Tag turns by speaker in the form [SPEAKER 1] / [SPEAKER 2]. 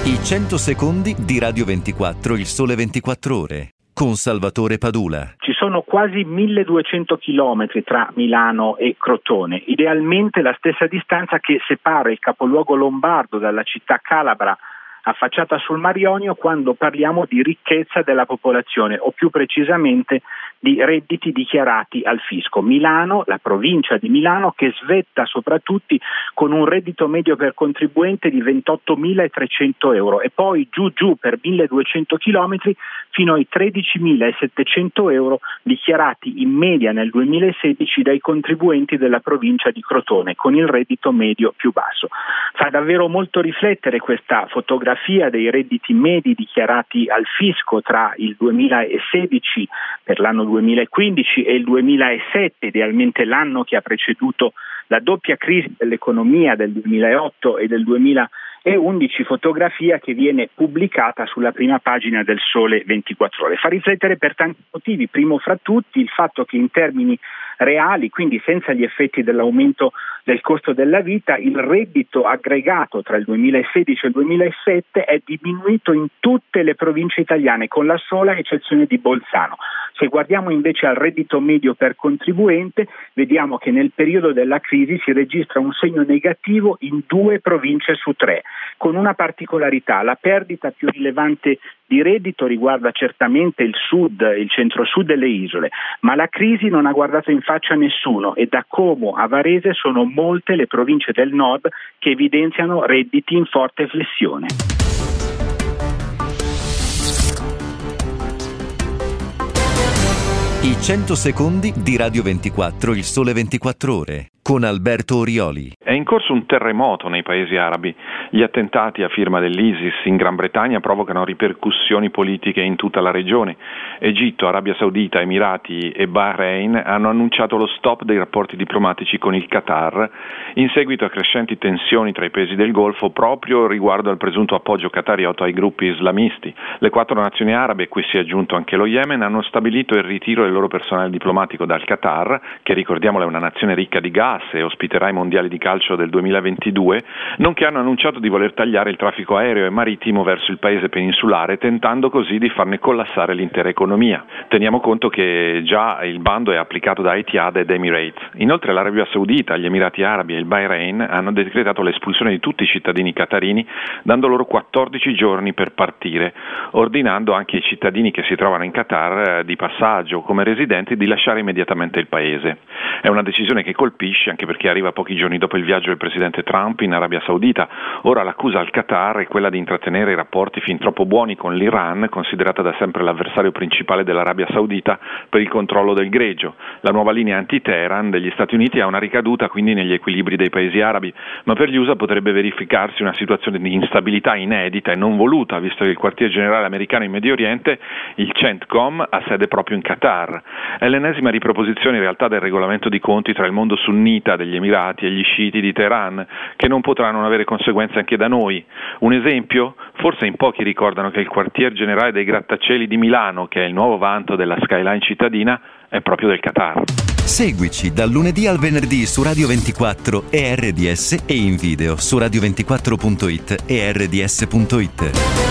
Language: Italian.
[SPEAKER 1] I 100 secondi di Radio 24, il sole 24 ore, con Salvatore Padula.
[SPEAKER 2] Ci sono quasi 1200 chilometri tra Milano e Crotone, idealmente la stessa distanza che separa il capoluogo lombardo dalla città calabra affacciata sul Mar Ionio quando parliamo di ricchezza della popolazione o più precisamente di redditi dichiarati al fisco. Milano, la provincia di Milano, che svetta soprattutto con un reddito medio per contribuente di 28.300 euro e poi giù per 1.200 chilometri fino ai 13.700 euro dichiarati in media nel 2016 dai contribuenti della provincia di Crotone, con il reddito medio più basso. Fa davvero molto riflettere questa fotografia dei redditi medi dichiarati al fisco tra il 2016 per l'anno 2015 e il 2007, idealmente l'anno che ha preceduto la doppia crisi dell'economia del 2008 e del 2011, fotografia che viene pubblicata sulla prima pagina del Sole 24 Ore. Fa riflettere per tanti motivi, primo fra tutti il fatto che in termini reali, quindi senza gli effetti dell'aumento del costo della vita, il reddito aggregato tra il 2016 e il 2007 è diminuito in tutte le province italiane, con la sola eccezione di Bolzano. Se guardiamo invece al reddito medio per contribuente, vediamo che nel periodo della crisi si registra un segno negativo in 2 province su 3, con una particolarità: la perdita più rilevante di reddito riguarda certamente il sud, il centro-sud delle isole, ma la crisi non ha guardato in faccia nessuno e da Como a Varese sono molte le province del nord che evidenziano redditi in forte flessione.
[SPEAKER 1] I 100 secondi di Radio 24, il sole 24 ore, con Alberto Orioli.
[SPEAKER 3] È in corso un terremoto nei paesi arabi. Gli attentati a firma dell'ISIS in Gran Bretagna provocano ripercussioni politiche in tutta la regione. Egitto, Arabia Saudita, Emirati e Bahrain hanno annunciato lo stop dei rapporti diplomatici con il Qatar in seguito a crescenti tensioni tra i paesi del Golfo proprio riguardo al presunto appoggio qatariotto ai gruppi islamisti. Le 4 nazioni arabe, cui si è aggiunto anche lo Yemen, hanno stabilito il ritiro del loro personale diplomatico dal Qatar, che ricordiamolo è una nazione ricca di gas e ospiterà i mondiali di calcio del 2022, nonché hanno annunciato di voler tagliare il traffico aereo e marittimo verso il paese peninsulare, tentando così di farne collassare l'intera economia. Teniamo conto che già il bando è applicato da Etihad ed Emirates. Inoltre l'Arabia Saudita, gli Emirati Arabi e il Bahrain hanno decretato l'espulsione di tutti i cittadini qatarini, dando loro 14 giorni per partire, ordinando anche ai cittadini che si trovano in Qatar di passaggio o come residenti di lasciare immediatamente il paese. È una decisione che colpisce anche perché arriva pochi giorni dopo il viaggio del presidente Trump in Arabia Saudita. Ora l'accusa al Qatar è quella di intrattenere i rapporti fin troppo buoni con l'Iran, considerata da sempre l'avversario principale dell'Arabia Saudita per il controllo del greggio. La nuova linea anti-Teheran degli Stati Uniti ha una ricaduta quindi negli equilibri dei paesi arabi, ma per gli USA potrebbe verificarsi una situazione di instabilità inedita e non voluta, visto che il quartier generale americano in Medio Oriente, il CENTCOM, ha sede proprio in Qatar. È l'ennesima riproposizione in realtà del regolamento di conti tra il mondo sunnita degli Emirati e gli sciiti di Teheran, che non potrà non avere conseguenze anche da noi. Un esempio? Forse in pochi ricordano che il quartier generale dei grattacieli di Milano, che è il nuovo vanto della skyline cittadina, è proprio del Qatar.
[SPEAKER 1] Seguici dal lunedì al venerdì su Radio 24 e RDS e in video su radio24.it e rds.it.